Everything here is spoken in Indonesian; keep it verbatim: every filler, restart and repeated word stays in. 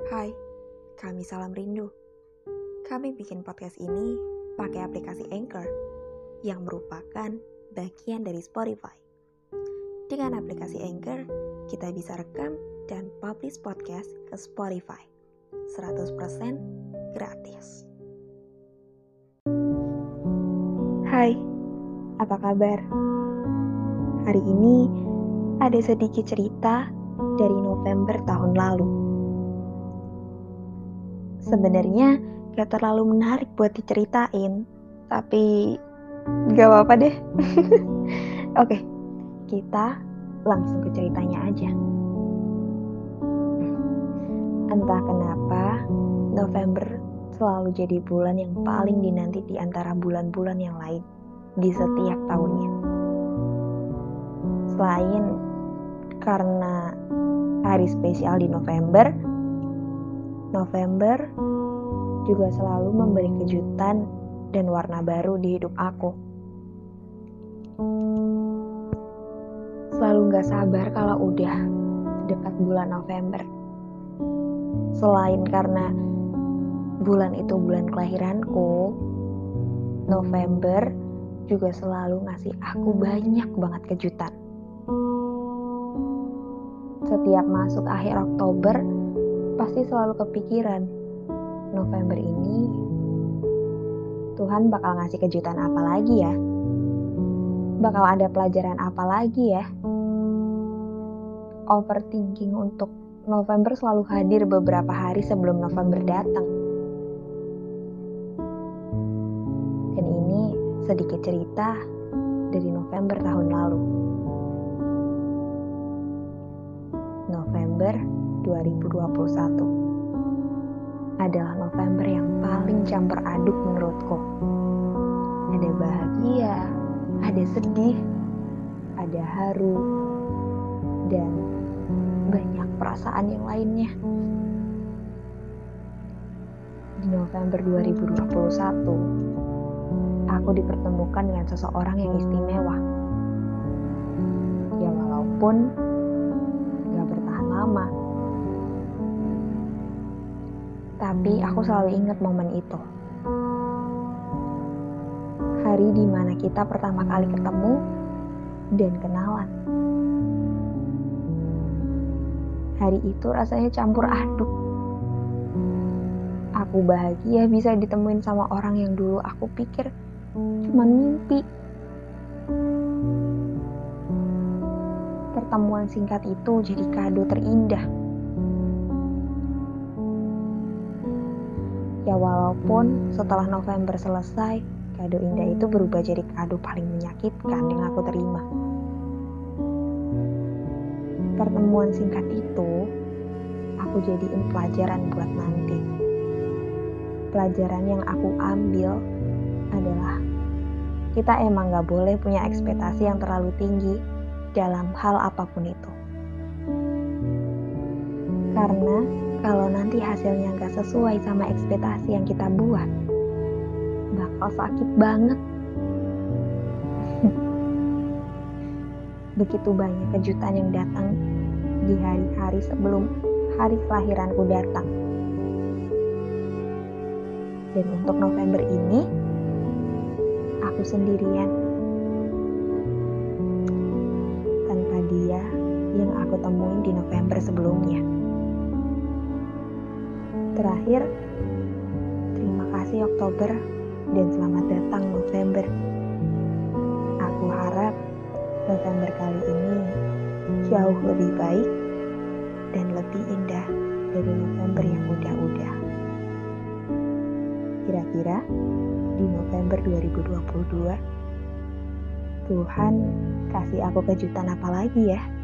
Hai, kami Salam Rindu. Kami bikin podcast ini pakai aplikasi Anchor yang merupakan bagian dari Spotify. Dengan aplikasi Anchor, kita bisa rekam dan publish podcast ke Spotify seratus persen gratis. Hai, apa kabar? Hari ini ada sedikit cerita dari November tahun lalu. Sebenarnya gak terlalu menarik buat diceritain, tapi gak apa-apa deh. Oke, kita langsung ke ceritanya aja. Entah kenapa, November selalu jadi bulan yang paling dinanti di antara bulan-bulan yang lain di setiap tahunnya. Selain karena hari spesial di November, November juga selalu memberi kejutan dan warna baru di hidup aku. Selalu gak sabar kalau udah dekat bulan November. Selain karena bulan itu bulan kelahiranku, November juga selalu ngasih aku banyak banget kejutan. Setiap masuk akhir Oktober, pasti selalu kepikiran, November ini Tuhan bakal ngasih kejutan apa lagi ya? Bakal ada pelajaran apa lagi ya? Overthinking untuk November selalu hadir beberapa hari sebelum November datang. Dan ini sedikit cerita dari November tahun lalu. November dua ribu dua puluh satu adalah November yang paling campur aduk menurutku. Ada bahagia, ada sedih, ada haru, dan banyak perasaan yang lainnya. Di November dua ribu dua puluh satu, aku dipertemukan dengan seseorang yang istimewa. Ya walaupun gak bertahan lama, tapi aku selalu ingat momen itu. Hari di mana kita pertama kali ketemu dan kenalan. Hari itu rasanya campur aduk. Aku bahagia bisa ditemuin sama orang yang dulu aku pikir cuma mimpi. Pertemuan singkat itu jadi kado terindah. Ya walaupun setelah November selesai, kado indah itu berubah jadi kado paling menyakitkan yang aku terima. Pertemuan singkat itu, aku jadiin pelajaran buat nanti. Pelajaran yang aku ambil adalah kita emang gak boleh punya ekspektasi yang terlalu tinggi dalam hal apapun itu. Karena kalau nanti hasilnya gak sesuai sama ekspektasi yang kita buat, bakal sakit banget. Begitu banyak kejutan yang datang di hari-hari sebelum hari kelahiranku datang. Dan untuk November ini, aku sendirian. Tanpa dia yang aku temuin di November sebelumnya. Terakhir, terima kasih Oktober dan selamat datang November. Aku harap November kali ini jauh lebih baik dan lebih indah dari November yang udah-udah. Kira-kira di November dua ribu dua puluh dua, Tuhan kasih aku kejutan apa lagi ya?